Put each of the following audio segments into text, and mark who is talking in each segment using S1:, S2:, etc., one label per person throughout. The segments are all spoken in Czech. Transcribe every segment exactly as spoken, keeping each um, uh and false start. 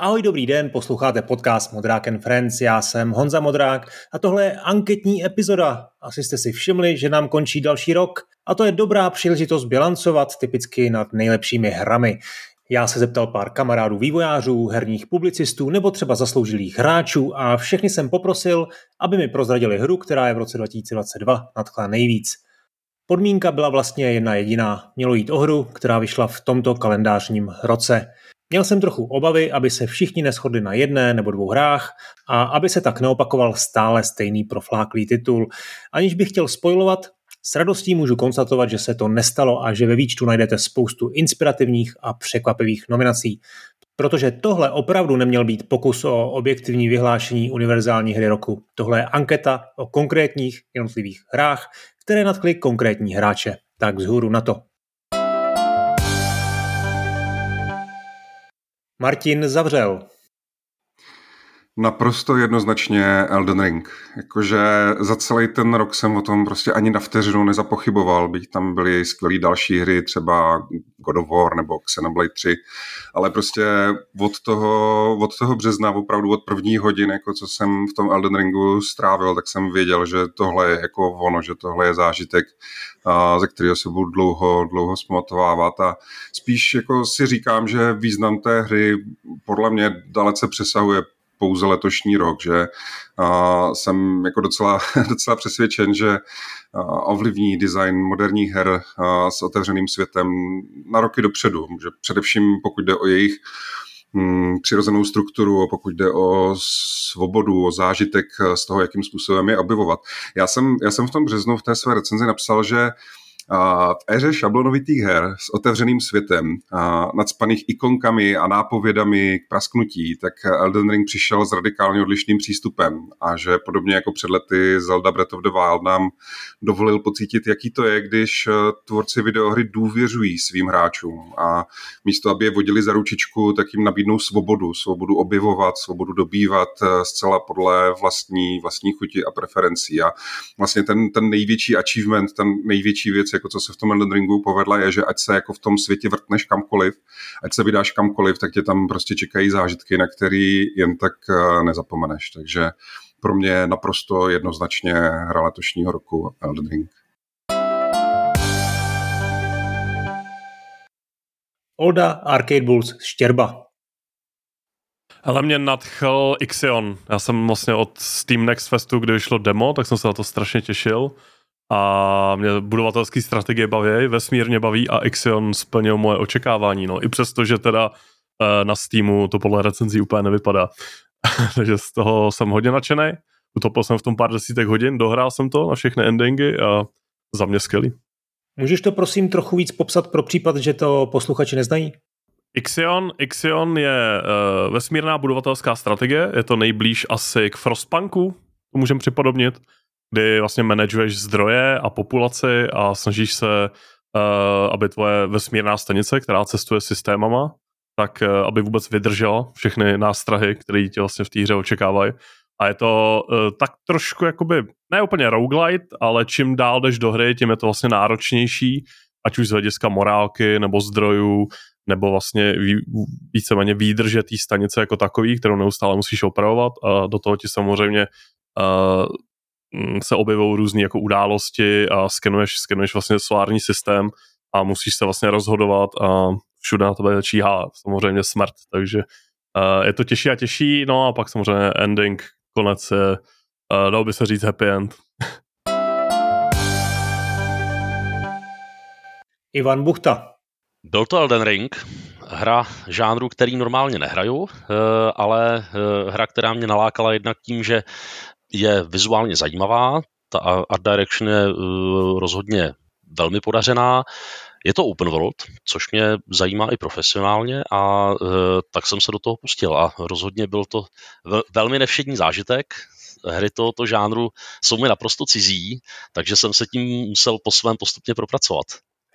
S1: Ahoj, dobrý den, posloucháte podcast Modrák and Friends, já jsem Honza Modrák a tohle je anketní epizoda. Asi jste si všimli, že nám končí další rok a to je dobrá příležitost bilancovat typicky nad nejlepšími hrami. Já se zeptal pár kamarádů vývojářů, herních publicistů nebo třeba zasloužilých hráčů a všechny jsem poprosil, aby mi prozradili hru, která je v roce dva tisíce dvacet dva nadchla nejvíc. Podmínka byla vlastně jedna jediná, mělo jít o hru, která vyšla v tomto kalendářním roce. Měl jsem trochu obavy, aby se všichni neshodli na jedné nebo dvou hrách a aby se tak neopakoval stále stejný profláklý titul. Aniž bych chtěl spoilovat, s radostí můžu konstatovat, že se to nestalo a že ve výčtu najdete spoustu inspirativních a překvapivých nominací. Protože tohle opravdu neměl být pokus o objektivní vyhlášení univerzální hry roku. Tohle je anketa o konkrétních jednotlivých hrách, které nadchly konkrétní hráče. Tak vzhůru na to. Martin Zavřel.
S2: Naprosto jednoznačně Elden Ring. Jakože za celý ten rok jsem o tom prostě ani na vteřinu nezapochyboval, byť tam byly skvělý další hry, třeba God of War nebo Xenoblade tři, ale prostě od toho, od toho března, opravdu od první hodin, jako co jsem v tom Elden Ringu strávil, tak jsem věděl, že tohle je jako ono, že tohle je zážitek, a ze kterého se budu dlouho, dlouho zpamatovávat a spíš jako si říkám, že význam té hry podle mě dalece přesahuje pouze letošní rok, že uh, jsem jako docela, docela přesvědčen, že uh, ovlivní design moderních her uh, s otevřeným světem na roky dopředu, že především pokud jde o jejich um, přirozenou strukturu, pokud jde o svobodu, o zážitek z toho, jakým způsobem je objevovat. Já jsem, já jsem v tom březnu v té své recenzi napsal, že v éře šablonovitých her s otevřeným světem, nacpaných ikonkami a nápovědami k prasknutí, tak Elden Ring přišel s radikálně odlišným přístupem a že podobně jako před lety Zelda Breath of the Wild nám dovolil pocítit, jaký to je, když tvůrci videohry důvěřují svým hráčům a místo, aby je vodili za ručičku, tak jim nabídnou svobodu, svobodu objevovat, svobodu dobývat zcela podle vlastní, vlastní chuti a preferencí. A vlastně ten, ten největší achievement, ten největší věc, jako co se v tom Elden Ringu povedla, je, že ať se jako v tom světě vrtneš kamkoliv, ať se vydáš kamkoliv, tak tě tam prostě čekají zážitky, na který jen tak nezapomeneš. Takže pro mě naprosto jednoznačně hra letošního roku Elden Ring.
S1: Olda Arcade Bulls Štěrba.
S3: Ale mě nadchl Ixion. Já jsem vlastně od Steam Next Festu, kdy vyšlo demo, tak jsem se na to strašně těšil. A mě budovatelský strategie baví, vesmírně baví a Ixion splnil moje očekávání. No. I přesto, že teda e, na Steamu to podle recenzí úplně nevypadá. Takže z toho jsem hodně nadšenej. Utopil jsem v tom pár desítek hodin, dohrál jsem to na všechny endingy a za mě skvělý.
S1: Můžeš to prosím trochu víc popsat pro případ, že to posluchači neznají?
S3: Ixion, Ixion je e, vesmírná budovatelská strategie, je to nejblíž asi k Frostpunku, to můžeme připodobnit, kdy vlastně manažuješ zdroje a populaci a snažíš se, uh, aby tvoje vesmírná stanice, která cestuje systémama, tak uh, aby vůbec vydržela všechny nástrahy, které tě vlastně v té hře očekávají. A je to uh, tak trošku jakoby, ne úplně roguelite, ale čím dál jdeš do hry, tím je to vlastně náročnější, ať už z hlediska morálky nebo zdrojů, nebo vlastně ví, víceméně výdrže té stanice jako takový, kterou neustále musíš opravovat a do toho ti samozřejmě uh, se objevují různé jako události a skenuješ, skenuješ vlastně solární systém a musíš se vlastně rozhodovat a všude na tebe číhá samozřejmě smrt, takže uh, je to těžší a těžší, no a pak samozřejmě ending, konec je, uh, dalo by se říct happy end.
S1: Ivan Buchta.
S4: Byl to Elden Ring, hra žánru, který normálně nehraju, uh, ale uh, hra, která mě nalákala jednak tím, že je vizuálně zajímavá, ta art direction je uh, rozhodně velmi podařená, je to open world, což mě zajímá i profesionálně a uh, tak jsem se do toho pustil a rozhodně byl to vel, velmi nevšední zážitek. Hry tohoto žánru jsou mi naprosto cizí, takže jsem se tím musel po svém postupně propracovat.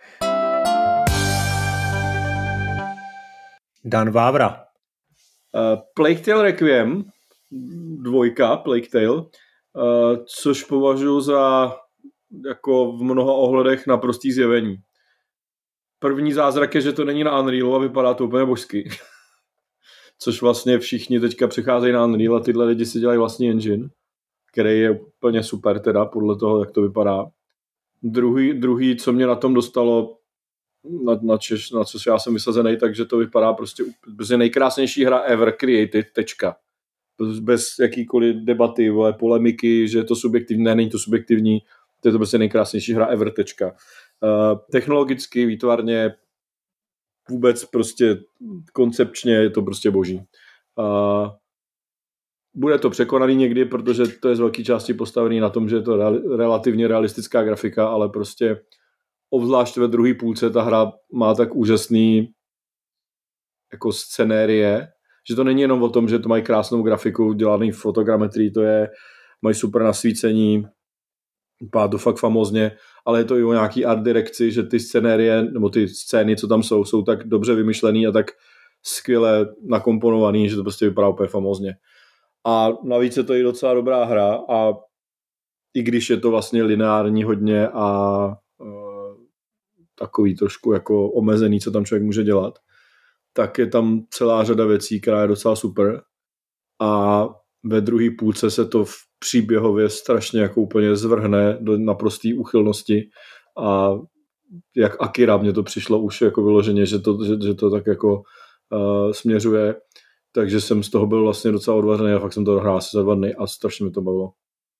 S1: Dan Vávra.
S5: Uh, Plague Tale Requiem, dvojka, Plague Tale, uh, což považuji za jako v mnoha ohledech naprostý zjevení. První zázrak je, že to není na Unrealu a vypadá to úplně božsky. což vlastně všichni teďka přicházejí na Unreal a tyhle lidi si dělají vlastní engine, který je úplně super teda, podle toho, jak to vypadá. Druhý, druhý co mě na tom dostalo, na, na, češ, na co já jsem vysazený, takže to vypadá prostě, prostě nejkrásnější hra ever created, tečka. Bez jakýkoliv debaty, vole, polemiky, že je to subjektivní, ne, není to subjektivní, to je to prostě nejkrásnější hra ever, tečka. Uh, technologicky, výtvarně, vůbec prostě koncepčně je to prostě boží. Uh, bude to překonaný někdy, protože to je z velké části postavený na tom, že je to real, relativně realistická grafika, ale prostě obzvlášť ve druhé půlce ta hra má tak úžasný jako scenérie, že to není jenom o tom, že to mají krásnou grafiku, dělaný fotogrametrii, to je, mají super nasvícení, vypadá to fakt famózně, ale je to i o nějaký art direkci, že ty scenérie, nebo ty scény, co tam jsou, jsou tak dobře vymyšlený a tak skvěle nakomponovaný, že to prostě vypadá úplně famózně. A navíc je to i docela dobrá hra a i když je to vlastně lineární hodně a uh, takový trošku jako omezený, co tam člověk může dělat, tak je tam celá řada věcí, která je docela super a ve druhé půlce se to v příběhově strašně jako úplně zvrhne do naprosté úchylnosti a jak Akira mně to přišlo už jako vyloženě, že to, že, že to tak jako uh, směřuje, takže jsem z toho byl vlastně docela odvařený a fakt jsem to dohrál asi za dva dny a strašně mi to bavilo.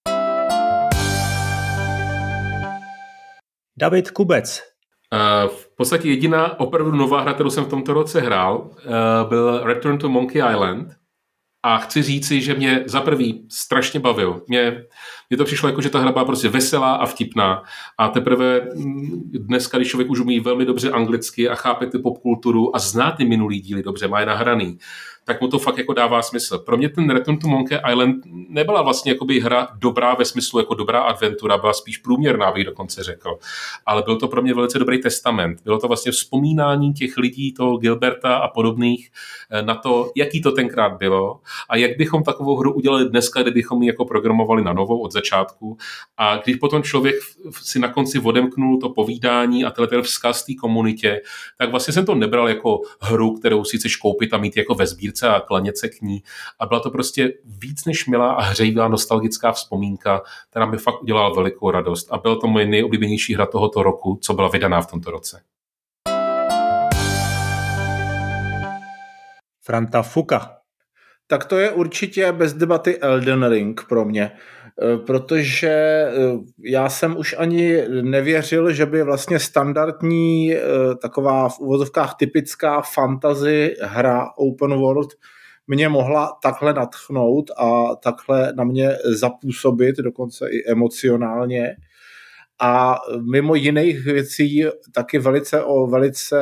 S1: David Kubec.
S6: Uh, v podstatě jediná opravdu nová hra, kterou jsem v tomto roce hrál, uh, byl Return to Monkey Island. A chci říci, že mě za prvý strašně bavil. Mě, mě to přišlo jako, že ta hra byla prostě veselá a vtipná. A teprve dneska, když člověk už umí velmi dobře anglicky a chápe ty popkulturu a zná ty minulý díly dobře, má je nahraný, tak mu to fakt jako dává smysl. Pro mě ten Return to Monkey Island nebyla vlastně jakoby hra dobrá ve smyslu jako dobrá adventura, byla spíš průměrná, bych dokonce řekl. Ale byl to pro mě velice dobrý testament. Bylo to vlastně vzpomínání těch lidí, toho Gilberta a podobných na to, jaký to tenkrát bylo a jak bychom takovou hru udělali dneska, kdybychom ji jako programovali na novou od začátku. A když potom člověk si na konci odemknul to povídání a ten vzkaz té komunitě, tak vlastně jsem to nebral jako hru, kterou si chceš koupit a mít jako ve sbírce a klanět se k ní. A byla to prostě víc než milá a hřejivá nostalgická vzpomínka, která mi fakt udělala velikou radost. A byla to moje nejoblíbenější hra tohoto roku, co byla vydaná v tomto roce.
S1: Franta Fuka.
S7: Tak to je určitě bez debaty Elden Ring pro mě, protože já jsem už ani nevěřil, že by vlastně standardní taková v uvozovkách typická fantasy hra open world mě mohla takhle nadchnout a takhle na mě zapůsobit, dokonce i emocionálně. A mimo jiných věcí taky velice o velice...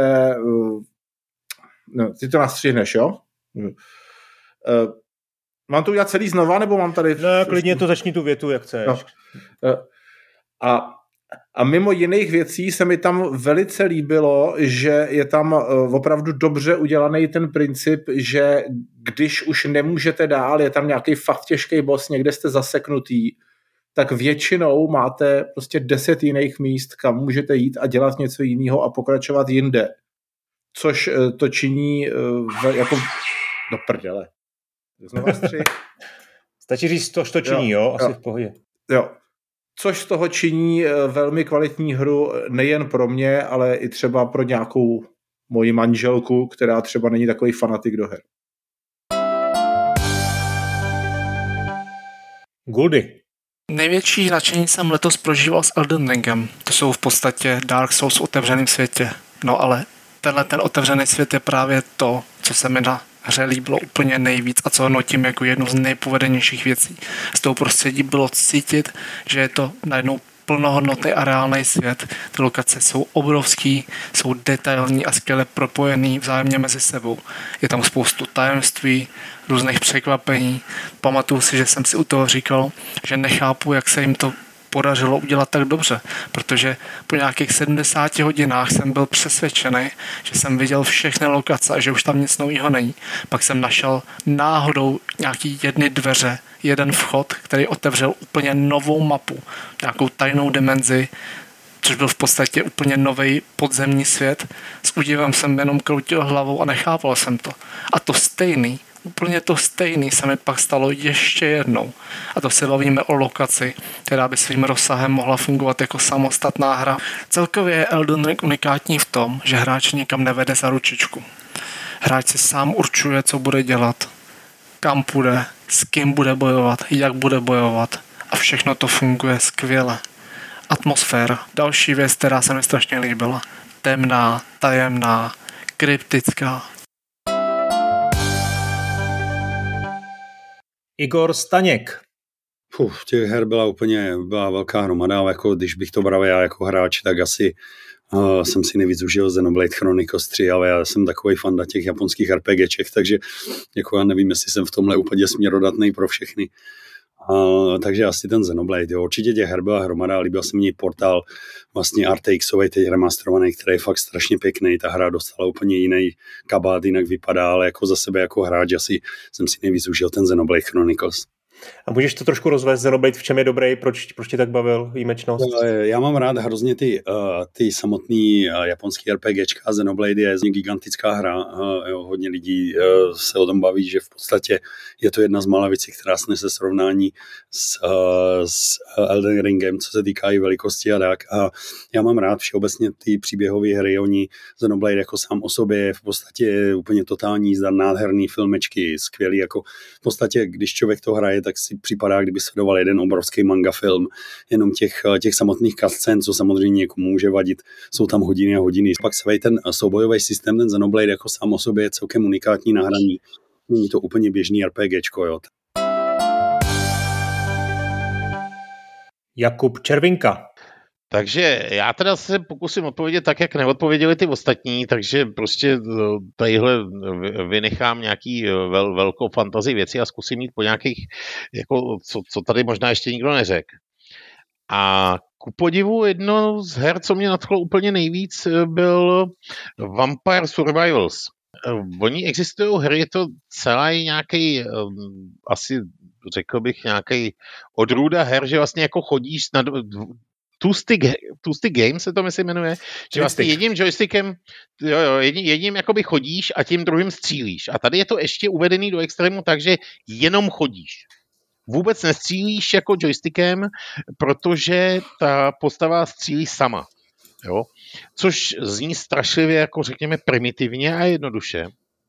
S7: No, ty to nastříhneš, jo? Uh, mám to udělat celý znova, nebo mám tady...
S1: No, klidně to začni tu větu, jak chceš. No. Uh,
S7: a, a mimo jiných věcí se mi tam velice líbilo, že je tam uh, opravdu dobře udělaný ten princip, že když už nemůžete dál, je tam nějaký fakt těžký boss, někde jste zaseknutý, tak většinou máte prostě deset jiných míst, kam můžete jít a dělat něco jiného a pokračovat jinde. Což uh, to činí uh, jako... Do prdele. Znova střih.
S1: Stačí říct to, što činí, jo? jo? Asi
S7: jo.
S1: v pohodě.
S7: Jo. Což z toho činí velmi kvalitní hru nejen pro mě, ale i třeba pro nějakou moji manželku, která třeba není takový fanatik do her.
S1: Gouldy.
S8: Největší nadšení jsem letos prožíval s Elden Ringem. To jsou v podstatě Dark Souls v otevřeném světě. No ale tenhle ten otevřený svět je právě to, co se mi na hře líbilo úplně nejvíc a co hodnotím jako jednu z nejpovedenějších věcí. Z toho prostředí bylo cítit, že je to najednou plnohodnotný a reálný svět. Ty lokace jsou obrovský, jsou detailní a skvěle propojený vzájemně mezi sebou. Je tam spoustu tajemství, různých překvapení. Pamatuju si, že jsem si u toho říkal, že nechápu, jak se jim to podařilo udělat tak dobře, protože po nějakých sedmdesáti hodinách jsem byl přesvědčený, že jsem viděl všechny lokace a že už tam nic nového není. Pak jsem našel náhodou nějaký jedny dveře, jeden vchod, který otevřel úplně novou mapu, nějakou tajnou dimenzi, což byl v podstatě úplně nový podzemní svět. S údivem jsem jenom kroutil hlavou a nechápal jsem to. A to stejný, úplně to stejný se mi pak stalo ještě jednou. A to se bavíme o lokaci, která by svým rozsahem mohla fungovat jako samostatná hra. Celkově je Elden Ring unikátní v tom, že hráč nikam nevede za ručičku. Hráč si sám určuje, co bude dělat, kam půjde, s kým bude bojovat, jak bude bojovat. A všechno to funguje skvěle. Atmosféra. Další věc, která se mi strašně líbila. Temná, tajemná, kryptická.
S1: Igor Staněk.
S9: Uf, těch her byla úplně byla velká hromada, ale jako, když bych to bral já jako hráč, tak asi uh, jsem si nejvíc užil Xenoblade Chronicles tři, ale já jsem takový fanda těch japonských RPGček, takže jako já nevím, jestli jsem v tomhle úplně směrodatný pro všechny. Uh, takže asi ten Xenoblade, jo. Určitě těch her byla hromada, líbil se mi Portal, vlastně R T Xovej, teď remasterovaný, který je fakt strašně pěkný, ta hra dostala úplně jiný kabát, jinak vypadá, ale jako za sebe jako hráč asi jsem si nejvíc užil ten Xenoblade Chronicles.
S1: A můžeš to trošku rozvést, Xenoblade, v čem je dobrý, proč, proč tě tak bavil, výjimečnost?
S9: Já mám rád hrozně ty, uh, ty samotný uh, japonský RPGčka. Xenoblade je gigantická hra. Uh, jo, hodně lidí uh, se o tom baví, že v podstatě je to jedna z mála věcí, která snese srovnání s, uh, s Elden Ringem, co se týká i velikosti a tak. A já mám rád všeobecně ty příběhové hry. Oni Xenoblade jako sám o sobě je v podstatě úplně totální jízda, nádherný filmečky, skvělý. Jako v podstatě, když člověk to hraje, tak si připadá, kdyby sledoval jeden obrovský manga film, jenom těch, těch samotných cutscén, co samozřejmě někomu může vadit, jsou tam hodiny a hodiny. Pak celý ten soubojový systém, ten Xenoblade jako sám o sobě je celkem unikátní na hraní. Není to úplně běžný RPGčko, jo.
S1: Jakub Červinka.
S10: Takže já teda se pokusím odpovědět tak, jak neodpověděli ty ostatní, takže prostě tadyhle vynechám nějaký vel, velkou fantazii věci a zkusím jít po nějakých, jako, co, co tady možná ještě nikdo neřekl. A ku podivu jedno z her, co mě nadchlo úplně nejvíc, byl Vampire Survivals. Oni existují hry, je to celý nějaký, asi řekl bych nějaký odrůda her, že vlastně jako chodíš na Two-stick, two-stick game se to myslím jmenuje, že vlastně jedním joystickem, jo, jo, jedním, jedním jakoby chodíš a tím druhým střílíš. A tady je to ještě uvedený do extrému tak, že jenom chodíš. Vůbec nestřílíš jako joystickem, protože ta postava střílí sama. Jo? Což zní strašlivě, jako řekněme, primitivně a jednoduše.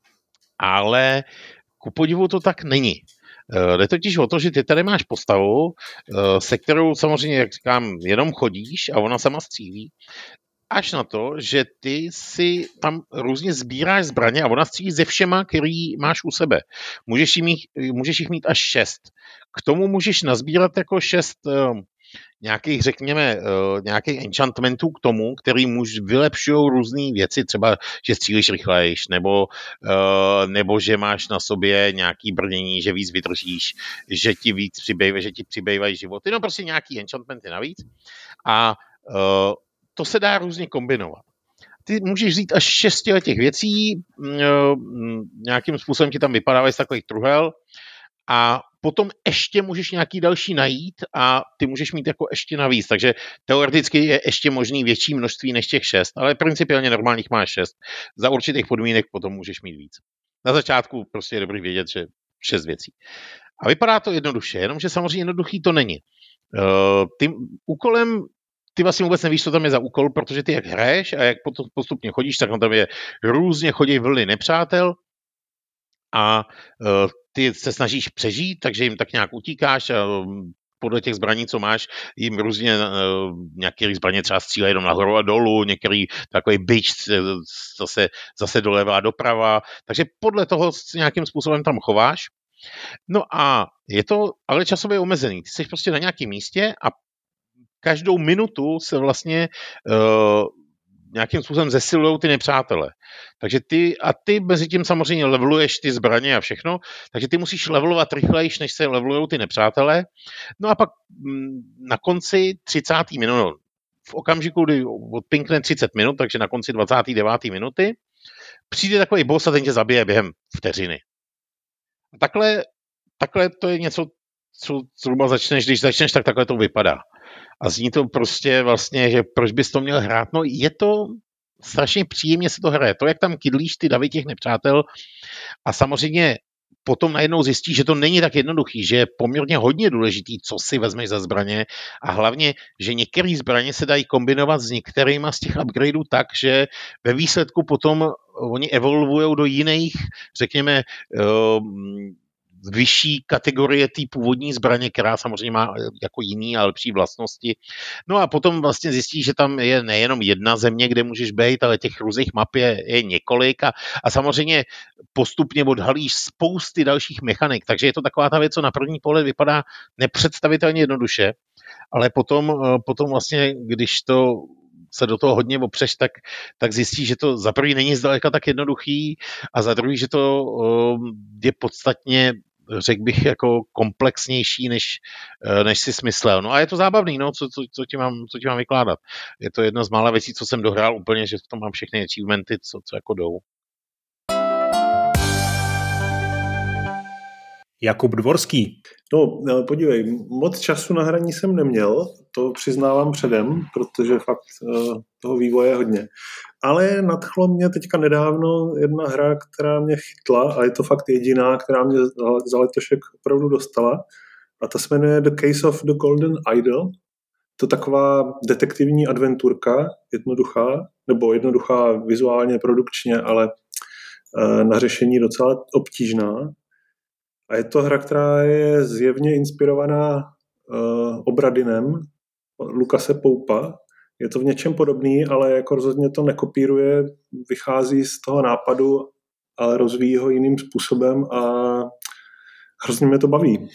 S10: Ale ku podivu to tak není. Jde totiž o to, že ty tady máš postavu, se kterou samozřejmě, jak říkám, jenom chodíš a ona sama střílí, až na to, že ty si tam různě sbíráš zbraně a ona střílí ze všema, který máš u sebe. Můžeš jich mít, můžeš jich mít až šest. K tomu můžeš nazbírat jako šest nějakých, řekněme, nějakých enchantmentů k tomu, který muž vylepšují různé věci, třeba, že střílíš rychlejš, nebo, nebo že máš na sobě nějaký brnění, že víc vydržíš, že ti víc přibývají, že ti přibývají životy, no prostě nějaký enchantmenty navíc. A to se dá různě kombinovat. Ty můžeš vzít až šest těch věcí, nějakým způsobem ti tam vypadávají z takových truhel a potom ještě můžeš nějaký další najít a ty můžeš mít jako ještě navíc, takže teoreticky je ještě možný větší množství než těch šest, ale principiálně normálních máš šest. Za určitých podmínek potom můžeš mít víc. Na začátku prostě je dobrý vědět, že šest věcí. A vypadá to jednoduše, jenomže samozřejmě jednoduchý to není. Tím úkolem ty vlastně vůbec nevíš, co tam je za úkol, protože ty jak hraješ a jak postupně chodíš, tak tam je různě chodí vlny nepřátel a ty se snažíš přežít, takže jim tak nějak utíkáš a podle těch zbraní, co máš, jim různě nějaké zbraně třeba střílejí jenom nahoru a dolů, některý takový bič zase, zase doleva a doprava, takže podle toho nějakým způsobem tam chováš. No a je to ale časově omezený. Ty jsi prostě na nějakém místě a každou minutu se vlastně uh, nějakým způsobem zesilujou ty nepřátelé. Takže ty, a ty mezi tím samozřejmě leveluješ ty zbraně a všechno, takže ty musíš levelovat rychlejš, než se levelujou ty nepřátelé. No a pak m, na konci třicáté minuty, v okamžiku, kdy odpinkne třicet minut, takže na konci dvacáté deváté minuty, přijde takový boss a ten tě zabije během vteřiny. A takhle, takhle to je něco, co zhruba začneš, když začneš, tak takhle to vypadá. A zní to prostě vlastně, že proč bys to měl hrát? No je to strašně příjemně se to hraje. To, jak tam kydlíš ty davy těch nepřátel a samozřejmě potom najednou zjistíš, že to není tak jednoduchý, že je poměrně hodně důležitý, co si vezmeš za zbraně a hlavně, že některé zbraně se dají kombinovat s některýma z těch upgradeů tak, že ve výsledku potom oni evolvujou do jiných, řekněme, vyšší kategorie té původní zbraně, která samozřejmě má jako jiný a lepší vlastnosti. No a potom vlastně zjistíš, že tam je nejenom jedna země, kde můžeš být, ale těch různých map je, je několik a, a samozřejmě postupně odhalíš spousty dalších mechanik, takže je to taková ta věc, co na první pohled vypadá nepředstavitelně jednoduše, ale potom, potom vlastně, když to se do toho hodně opřeš, tak, tak zjistíš, že to za první není zdaleka tak jednoduchý a za druhý, že to je podstatně, řekl bych, jako komplexnější, než, než si smyslel. No a je to zábavný, no, co, co, co, ti mám, co ti mám vykládat. Je to jedna z mála věcí, co jsem dohrál úplně, že v tom mám všechny achievementy, co, co jako jdou.
S1: Jakub Dvorský.
S11: No, podívej, moc času na hraní jsem neměl, to přiznávám předem, protože fakt toho vývoje je hodně. Ale nadchlo mě teďka nedávno jedna hra, která mě chytla a je to fakt jediná, která mě za letošek opravdu dostala. A ta se jmenuje The Case of the Golden Idol. To je taková detektivní adventurka, jednoduchá, nebo jednoduchá vizuálně, produkčně, ale na řešení docela obtížná. A je to hra, která je zjevně inspirovaná uh, Obradinem Lukase Poupa. Je to v něčem podobný, ale jako rozhodně to nekopíruje, vychází z toho nápadu, ale rozvíjí ho jiným způsobem a hrozně mě to baví.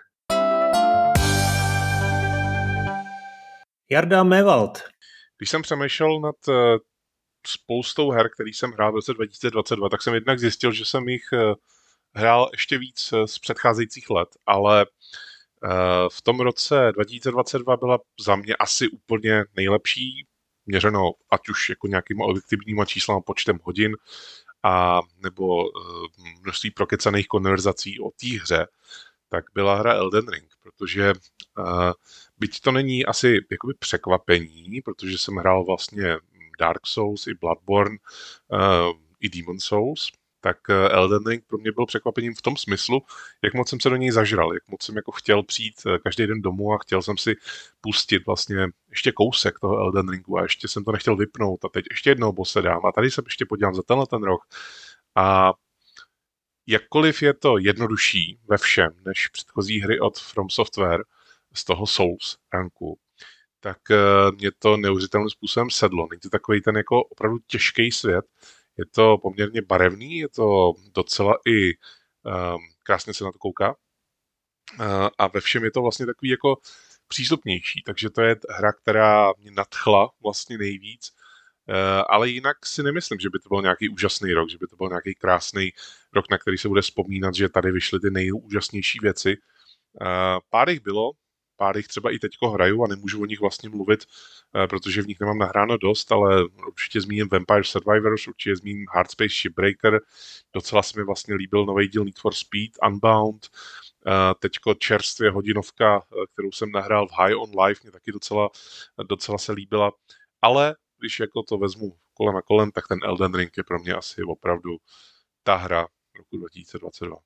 S1: Jarda Mévald.
S12: Když jsem přemýšlel nad uh, spoustou her, který jsem hrál v roce dva tisíce dvacet dva, tak jsem jednak zjistil, že jsem jich uh, hrál ještě víc z předcházejících let, ale v tom roce dva tisíce dvacet dva byla za mě asi úplně nejlepší, měřeno ať už jako nějakýma objektivníma číslama, počtem hodin a nebo množství prokecaných konverzací o té hře, tak byla hra Elden Ring, protože byť to není asi jakoby překvapení, protože jsem hrál vlastně Dark Souls i Bloodborne i Demon Souls, tak Elden Ring pro mě byl překvapením v tom smyslu, jak moc jsem se do něj zažral, jak moc jsem jako chtěl přijít každý den domů a chtěl jsem si pustit vlastně ještě kousek toho Elden Ringu a ještě jsem to nechtěl vypnout a teď ještě jednou bose dám a tady jsem ještě podívám za tenhle ten rok. A jakkoliv je to jednodušší ve všem, než předchozí hry od From Software z toho Souls ranku, tak mě to neuvěřitelným způsobem sedlo. Není to takový ten jako opravdu těžký svět. Je to poměrně barevný, je to docela i um, krásně se na to kouká uh, a ve všem je to vlastně takový jako přístupnější, takže to je hra, která mě nadchla vlastně nejvíc, uh, ale jinak si nemyslím, že by to byl nějaký úžasný rok, že by to byl nějaký krásný rok, na který se bude vzpomínat, že tady vyšly ty nejúžasnější věci. Uh, pár jich bylo, pár jich třeba i teďko hraju a nemůžu o nich vlastně mluvit, protože v nich nemám nahráno dost, ale určitě zmíním Vampire Survivors, určitě zmíním Hardspace Shipbreaker, docela se mi vlastně líbil nový díl Need for Speed, Unbound, teďko čerstvě hodinovka, kterou jsem nahrál v High on Life, mě taky docela, docela se líbila, ale když jako to vezmu kolem a kolem, tak ten Elden Ring je pro mě asi opravdu ta hra roku dva tisíce dvacet dva.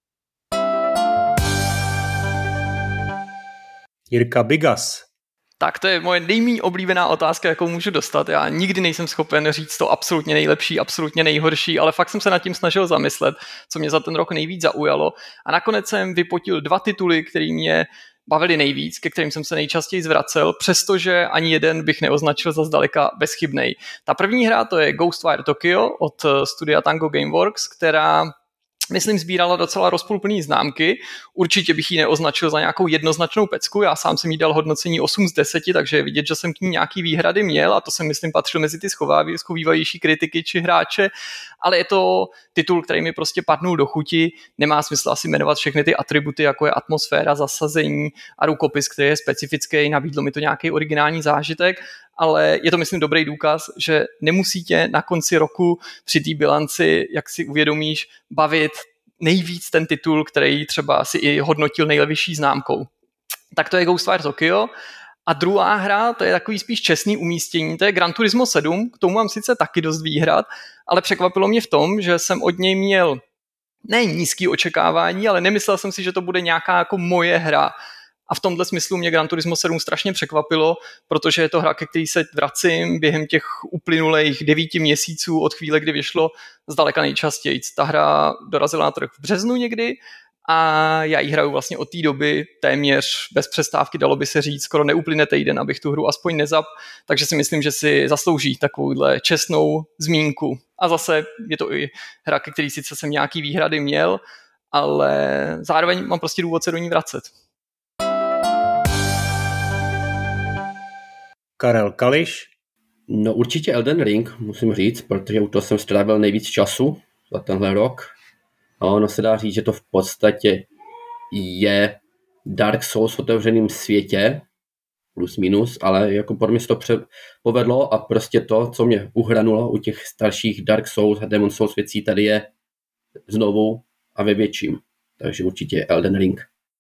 S1: Jirka Bigas.
S13: Tak to je moje nejméně oblíbená otázka, jakou můžu dostat. Já nikdy nejsem schopen říct to absolutně nejlepší, absolutně nejhorší, ale fakt jsem se nad tím snažil zamyslet, co mě za ten rok nejvíc zaujalo. A nakonec jsem vypotil dva tituly, které mě bavili nejvíc, ke kterým jsem se nejčastěji zvracel, přestože ani jeden bych neoznačil za zdaleka bezchybnej. Ta první hra to je Ghostwire Tokyo od studia Tango Gameworks, která myslím, sbírala docela rozpůlplný známky. Určitě bych ji neoznačil za nějakou jednoznačnou pecku. Já sám jsem jí dal hodnocení osm z deseti, takže je vidět, že jsem k ní nějaký výhrady měl a to jsem, myslím, patřil mezi ty schovývavější kritiky či hráče. Ale je to titul, který mi prostě padnul do chuti. Nemá smysl asi jmenovat všechny ty atributy, jako je atmosféra, zasazení a rukopis, který je specifický. Nabídlo mi to nějaký originální zážitek, ale je to, myslím, dobrý důkaz, že nemusí tě na konci roku při té bilanci, jak si uvědomíš, bavit nejvíc ten titul, který třeba si i hodnotil nejlepší známkou. Tak to je Ghostwire Tokyo A druhá hra, to je takový spíš čestný umístění, to je Gran Turismo sedm, k tomu mám sice taky dost výhrad, ale překvapilo mě v tom, že jsem od něj měl ne nízký očekávání, ale nemyslel jsem si, že to bude nějaká jako moje hra. A v tomhle smyslu mě Gran Turismo sedm strašně překvapilo, protože je to hra, ke který se vracím během těch uplynulých devíti měsíců od chvíle, kdy vyšlo zdaleka nejčastěji. Ta hra dorazila na trh v březnu někdy a já ji hraju vlastně od té doby téměř bez přestávky, dalo by se říct, skoro neuplyne týden, abych tu hru aspoň nezap, takže si myslím, že si zaslouží takovouhle čestnou zmínku. A zase je to i hra, ke který sice jsem nějaký výhrady měl, ale zároveň mám prostě důvod se do ní vracet.
S1: Karel Kališ?
S14: No určitě Elden Ring, musím říct, protože u toho jsem strávil nejvíc času za tenhle rok. A ono se dá říct, že to v podstatě je Dark Souls v otevřeném světě, plus minus, ale jako pro mě se to pře- povedlo a prostě to, co mě uhranulo u těch starších Dark Souls a Demon Souls věcí, tady je znovu a ve větším. Takže určitě Elden Ring.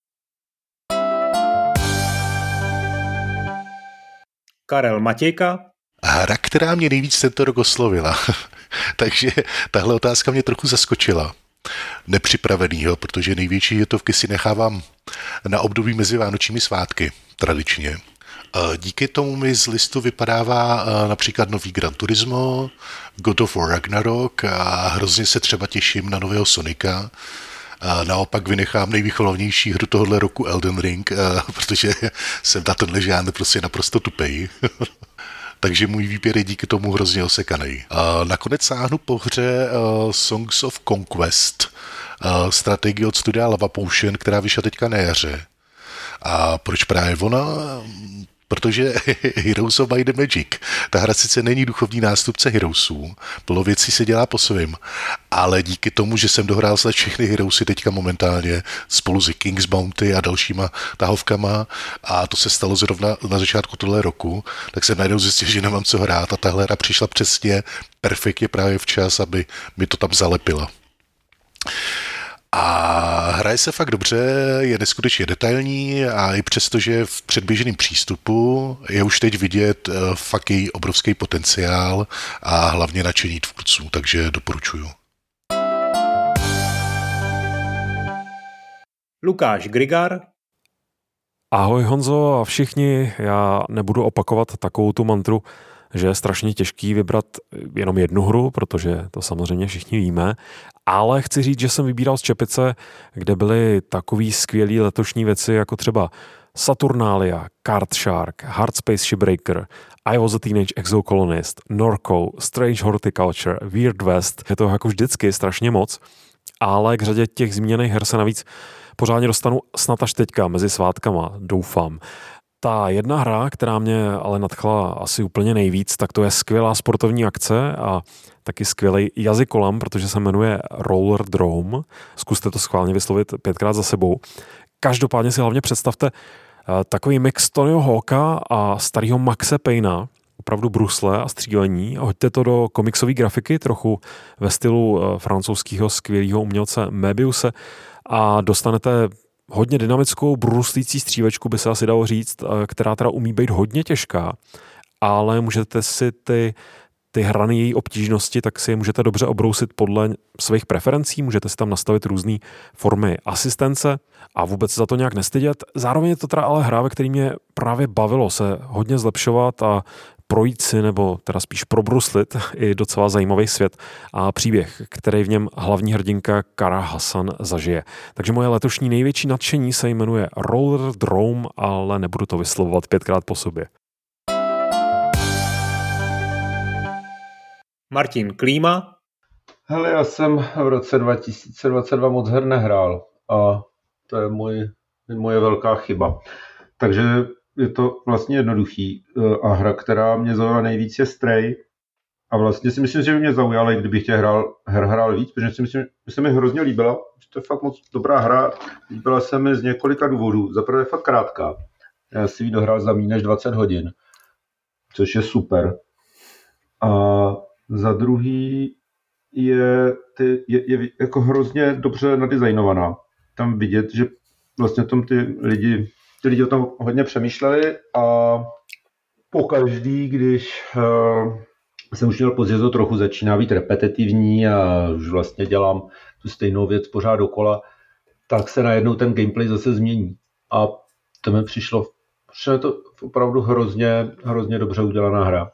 S1: Karel Matějka?
S15: Hra, která mě nejvíc tento rok oslovila. Takže tahle otázka mě trochu zaskočila. Nepřipravenýho, protože největší hitovky si nechávám na období mezi vánočními svátky, tradičně. Díky tomu mi z listu vypadává například nový Gran Turismo, God of War Ragnarok a hrozně se třeba těším na nového Sonika. A naopak vynechám nejvycholovnější hru tohohle roku Elden Ring, protože jsem na tenhle žánr prostě naprosto tupej. Takže můj výběr je díky tomu hrozně osekaný. A nakonec sáhnu po hře uh, Songs of Conquest, uh, strategii od studia Lava Potion, která vyšla teďka na jaře. A proč právě ona? Protože Heroes of Might and Magic. Ta hra sice není duchovní nástupce Heroesů, plno věcí se dělá po svým, ale díky tomu, že jsem dohrál se všechny Heroesy teďka momentálně spolu s King's Bounty a dalšíma tahovkama a to se stalo zrovna na začátku tohle roku, tak jsem najednou zjistil, že nemám co hrát a tahle hra přišla přesně perfektně právě včas, aby mi to tam zalepila. A hraje se fakt dobře, je neskutečně detailní a i přesto, že v předběžném přístupu je už teď vidět fakt její obrovský potenciál a hlavně nadšení tvůrců, takže doporučuju.
S1: Lukáš Grigar?
S16: Ahoj Honzo a všichni, já nebudu opakovat takovou tu mantru, že je strašně těžký vybrat jenom jednu hru, protože to samozřejmě všichni víme, ale chci říct, že jsem vybíral z čepice, kde byly takový skvělý letošní věci, jako třeba Saturnalia, Card Shark, Hard Space Shipbreaker, I Was a Teenage Exocolonist, Norco, Strange Horticulture, Weird West, je to jako vždycky strašně moc, ale k řadě těch zmíněných her se navíc pořádně dostanu snad až teďka, mezi svátkama, doufám. Ta jedna hra, která mě ale nadchla asi úplně nejvíc, tak to je skvělá sportovní akce a taky skvělý jazykolam, protože se jmenuje Roller Drome. Zkuste to schválně vyslovit pětkrát za sebou. Každopádně si hlavně představte takový mix Tonyho Hawka a starého Maxe Payna, opravdu brusle a střílení. Hoďte to do komiksové grafiky, trochu ve stylu francouzského skvělého umělce Möbiuse a dostanete hodně dynamickou, bruslící střílečku, by se asi dalo říct, která teda umí být hodně těžká, ale můžete si ty, ty hrany její obtížnosti, tak si je můžete dobře obrousit podle svých preferencí, můžete si tam nastavit různé formy asistence a vůbec za to nějak nestydět. Zároveň je to teda ale hra, ve který mě právě bavilo se hodně zlepšovat a projít si, nebo teda spíš probruslit i docela zajímavý svět a příběh, který v něm hlavní hrdinka Kara Hassan zažije. Takže moje letošní největší nadšení se jmenuje Roller Drome, ale nebudu to vyslovovat pětkrát po sobě.
S1: Martin Klíma?
S17: Hele, já jsem v roce dva tisíce dvacet dva moc her nehrál a to je můj, moje velká chyba. Takže je to vlastně jednoduchý a hra, která mě zaujala nejvíc, je Stray. A vlastně si myslím, že by mě zaujala, i kdybych těch hrál, her hrál víc, protože si myslím, že se mi hrozně líbila. Že to je fakt moc dobrá hra. Líbila se mi z několika důvodů. Za prvé je fakt krátká. Já si ji dohrál za méně než dvacet hodin, což je super. A za druhý je, ty, je, je jako hrozně dobře nadizajnovaná. Tam vidět, že vlastně tom ty lidi ty lidi o tom hodně přemýšleli a pokaždý, když uh, jsem už měl pocit, že to trochu začíná být repetitivní a už vlastně dělám tu stejnou věc pořád dokola, tak se najednou ten gameplay zase změní. A to mi přišlo, že je to opravdu hrozně, hrozně dobře udělaná hra.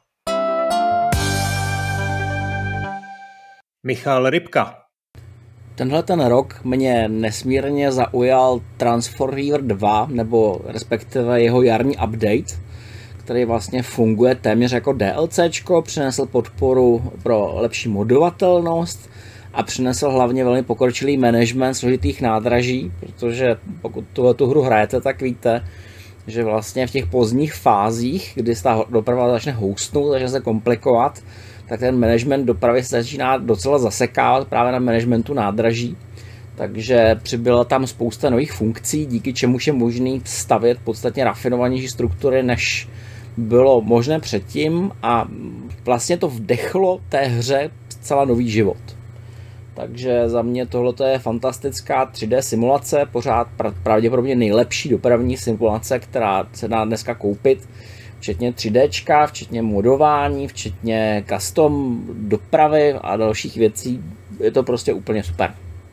S1: Michal Rybka.
S18: Tenhle ten rok mě nesmírně zaujal Transformer dva, nebo respektive jeho jarní update, který vlastně funguje téměř jako DLCčko, přinesl podporu pro lepší modovatelnost a přinesl hlavně velmi pokročilý management složitých nádraží, protože pokud tu hru hrajete, tak víte, že vlastně v těch pozdních fázích, kdy se ta doprava začne houstnout, začne se komplikovat, tak ten management dopravy se začíná docela zasekávat právě na managementu nádraží. Takže přibyla tam spousta nových funkcí, díky čemuž je možný stavět podstatně rafinovanější struktury, než bylo možné předtím, a vlastně to vdechlo té hře zcela nový život. Takže za mě tohle je fantastická tři dé simulace, pořád pravděpodobně nejlepší dopravní simulace, která se dá dneska koupit, včetně tři déčka, včetně modování, včetně custom dopravy a dalších věcí. Je to prostě úplně super.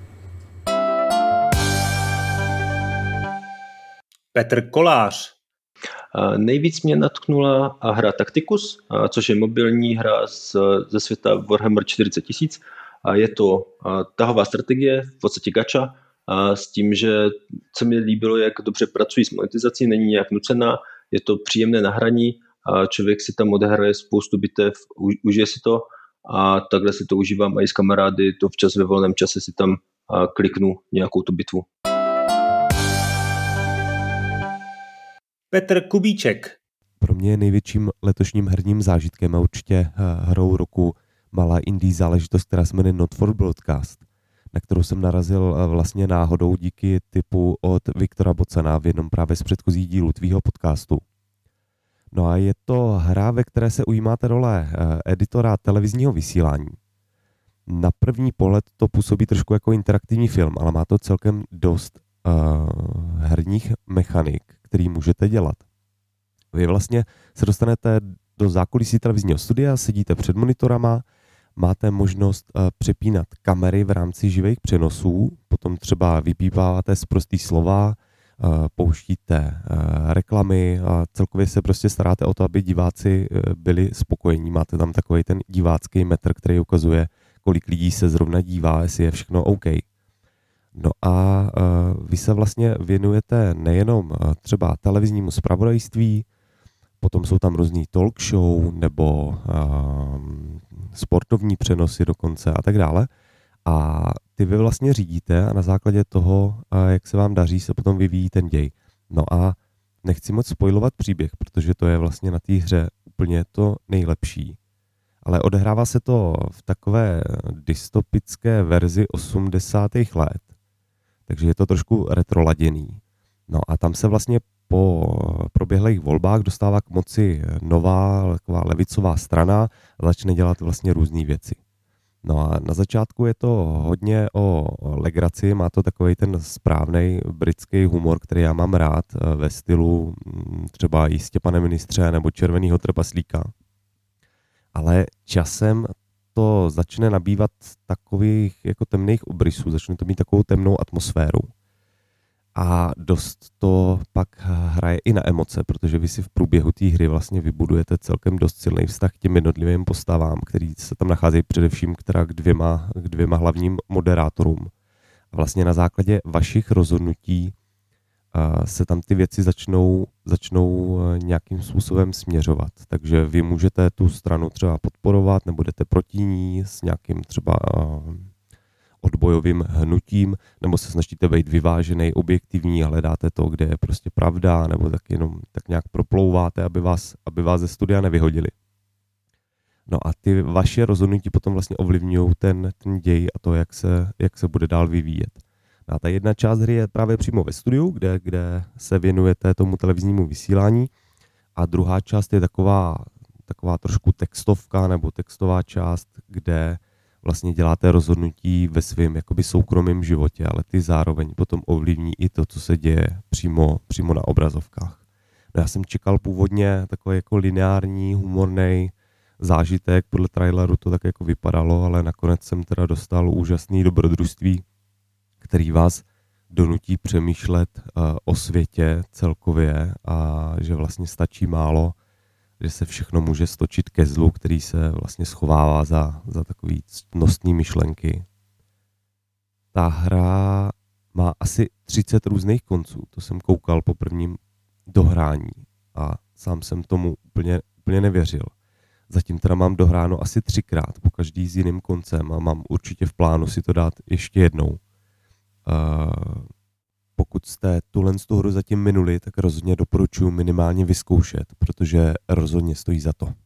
S1: Petr Kolář.
S19: Nejvíc mě natknula hra Tacticus, což je mobilní hra z, ze světa Warhammer čtyřicet tisíc. Je to tahová strategie, v podstatě gacha, s tím, že co mi líbilo, jak dobře pracují s monetizací, není nějak nucená, je to příjemné na hraní, člověk si tam odehraje spoustu bitev, užije si to a takhle si to užívám a i s kamarády, to včas ve volném čase si tam kliknu nějakou tu bitvu.
S1: Petr Kubíček.
S20: Pro mě je největším letošním herním zážitkem a určitě hrou roku malá indie záležitost, která se jmenuje Not for Broadcast, na kterou jsem narazil vlastně náhodou díky tipu od Viktora Bocana v jednom právě z předchozích dílů tvýho podcastu. No a je to hra, ve které se ujímáte role editora televizního vysílání. Na první pohled to působí trošku jako interaktivní film, ale má to celkem dost uh, herních mechanik, který můžete dělat. Vy vlastně se dostanete do zákulisí televizního studia, sedíte před monitorama, máte možnost uh, přepínat kamery v rámci živých přenosů, potom třeba vypíváváte sprostý slova, uh, pouštíte uh, reklamy a celkově se prostě staráte o to, aby diváci uh, byli spokojení. Máte tam takový ten divácký metr, který ukazuje, kolik lidí se zrovna dívá, jestli je všechno OK. No a uh, vy se vlastně věnujete nejenom uh, třeba televiznímu zpravodajství, potom jsou tam různý talk show nebo uh, sportovní přenosy dokonce a tak dále. A ty vy vlastně řídíte a na základě toho, uh, jak se vám daří, se potom vyvíjí ten děj. No a nechci moc spoilovat příběh, protože to je vlastně na té hře úplně to nejlepší. Ale odehrává se to v takové dystopické verzi osmdesátých let. Takže je to trošku retroladěný. No a tam se vlastně po proběhlých volbách dostává k moci nová taková levicová strana a začne dělat vlastně různé věci. No a na začátku je to hodně o legraci, má to takový ten správný britský humor, který já mám rád ve stylu třeba Jistě, pane ministře, nebo Červenýho trpaslíka. Ale časem to začne nabývat takových jako temných obrysů, začne to mít takovou temnou atmosféru. A dost to pak hraje i na emoce, protože vy si v průběhu té hry vlastně vybudujete celkem dost silný vztah k těm jednotlivým postavám, který se tam nacházejí především která k dvěma, k dvěma hlavním moderátorům. A vlastně na základě vašich rozhodnutí se tam ty věci začnou, začnou nějakým způsobem směřovat. Takže vy můžete tu stranu třeba podporovat, nebo jdete proti ní s nějakým třeba odbojovým hnutím, nebo se snažíte být vyvážený, objektivní a hledáte to, kde je prostě pravda, nebo tak jenom tak nějak proplouváte, aby vás, aby vás ze studia nevyhodili. No a ty vaše rozhodnutí potom vlastně ovlivňují ten, ten děj a to, jak se, jak se bude dál vyvíjet. A ta jedna část hry je právě přímo ve studiu, kde, kde se věnujete tomu televiznímu vysílání a druhá část je taková, taková trošku textovka nebo textová část, kde vlastně děláte rozhodnutí ve svém jakoby soukromém životě, ale ty zároveň potom ovlivní i to, co se děje přímo, přímo na obrazovkách. No já jsem čekal původně takový jako lineární, humorný zážitek, podle traileru to tak jako vypadalo, ale nakonec jsem teda dostal úžasný dobrodružství, který vás donutí přemýšlet uh, o světě celkově a že vlastně stačí málo, že se všechno může stočit ke zlu, který se vlastně schovává za, za takový ctnostní myšlenky. Ta hra má asi třicet různých konců, to jsem koukal po prvním dohrání a sám jsem tomu úplně, úplně nevěřil. Zatím teda mám dohráno asi třikrát, po každý s jiným koncem a mám určitě v plánu si to dát ještě jednou. Uh, pokud jste tuhle tu hru zatím minuli, tak rozhodně doporučuji minimálně vyzkoušet, protože rozhodně stojí za to.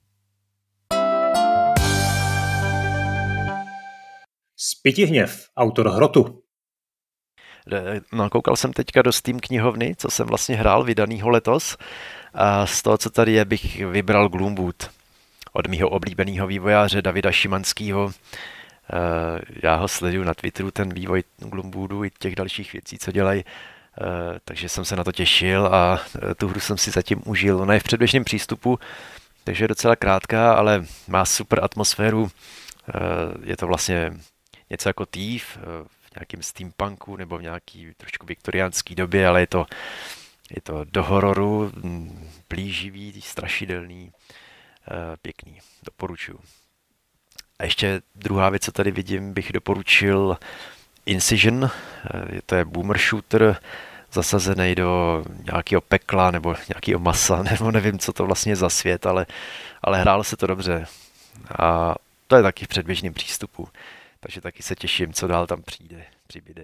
S1: Spytihněv, autor Hrotu.
S21: No, koukal jsem teďka do Steam knihovny, co jsem vlastně hrál vydanýho letos. A z toho, co tady je, bych vybral Gloomwood od mýho oblíbeného vývojáře Davida Šimanského. Já ho sleduju na Twitteru, ten vývoj Gloomwoodu i těch dalších věcí, co dělají. Takže jsem se na to těšil a tu hru jsem si zatím užil. Ona je v předběžném přístupu, takže je docela krátká, ale má super atmosféru. Je to vlastně něco jako Thief v nějakém steampunku nebo v nějaký trošku viktoriánský době, ale je to, je to do hororu, plíživý, strašidelný, pěkný. Doporučuju. A ještě druhá věc, co tady vidím, bych doporučil Incision. To je boomer shooter zasazený do nějakého pekla nebo nějakého masa, nebo nevím, co to vlastně je za svět, ale, ale hrálo se to dobře. A to je taky v předběžném přístupu. Takže taky se těším, co dál tam přijde, přibyde.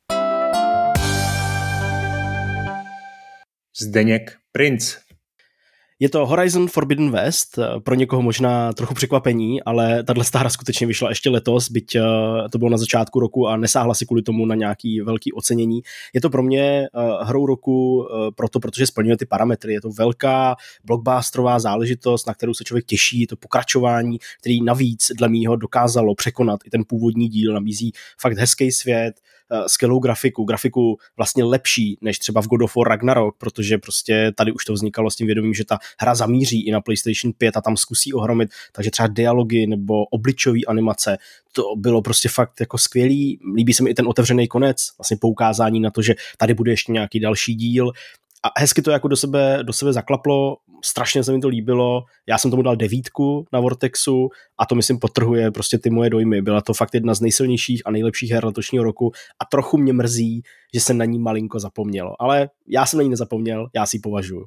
S1: Zdeněk Princ.
S22: Je to Horizon Forbidden West, pro někoho možná trochu překvapení, ale tahle hra skutečně vyšla ještě letos, byť to bylo na začátku roku a nesáhla si kvůli tomu na nějaký velký ocenění. Je to pro mě hrou roku proto, protože splňuje ty parametry. Je to velká blockbusterová záležitost, na kterou se člověk těší, je to pokračování, který navíc dle mýho dokázalo překonat i ten původní díl, nabízí fakt hezký svět, skvělou grafiku, grafiku vlastně lepší než třeba v God of War Ragnarok, protože prostě tady už to vznikalo s tím vědomím, že ta hra zamíří i na PlayStation pět a tam zkusí ohromit, takže třeba dialogy nebo obličový animace, to bylo prostě fakt jako skvělý. Líbí se mi i ten otevřený konec, vlastně poukázání na to, že tady bude ještě nějaký další díl. A hezky to jako do sebe, do sebe zaklaplo, strašně se mi to líbilo, já jsem tomu dal devítku na Vortexu a to myslím podtrhuje prostě ty moje dojmy. Byla to fakt jedna z nejsilnějších a nejlepších her letošního roku a trochu mě mrzí, že se na ní malinko zapomnělo. Ale já jsem na ní nezapomněl, já si ji považuji.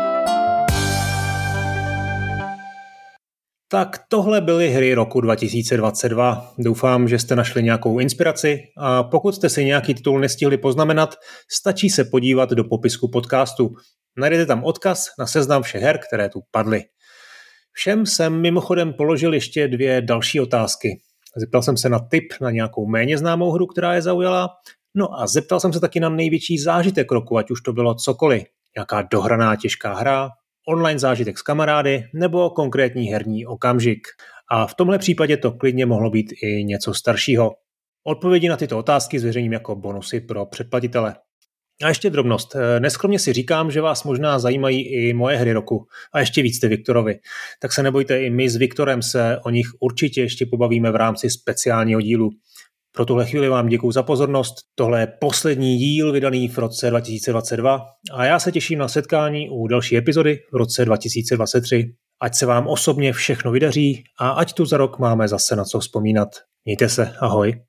S1: Tak tohle byly hry roku dva tisíce dvacet dva. Doufám, že jste našli nějakou inspiraci a pokud jste si nějaký titul nestihli poznamenat, stačí se podívat do popisku podcastu. Najdete tam odkaz na seznam všech her, které tu padly. Všem jsem mimochodem položil ještě dvě další otázky. Zeptal jsem se na tip na nějakou méně známou hru, která je zaujala, no a zeptal jsem se taky na největší zážitek roku, ať už to bylo cokoliv. Nějaká dohraná těžká hra, online zážitek s kamarády nebo konkrétní herní okamžik. A v tomhle případě to klidně mohlo být i něco staršího. Odpovědi na tyto otázky zveřejním jako bonusy pro předplatitele. A ještě drobnost. Neskromně si říkám, že vás možná zajímají i moje hry roku. A ještě víc ty Viktorovi. Tak se nebojte, i my s Viktorem se o nich určitě ještě pobavíme v rámci speciálního dílu. Pro tuhle chvíli vám děkuju za pozornost. Tohle je poslední díl vydaný v roce dva tisíce dvacet dva a já se těším na setkání u další epizody v roce dva tisíce dvacet tři. Ať se vám osobně všechno vydaří a ať tu za rok máme zase na co vzpomínat. Mějte se, ahoj.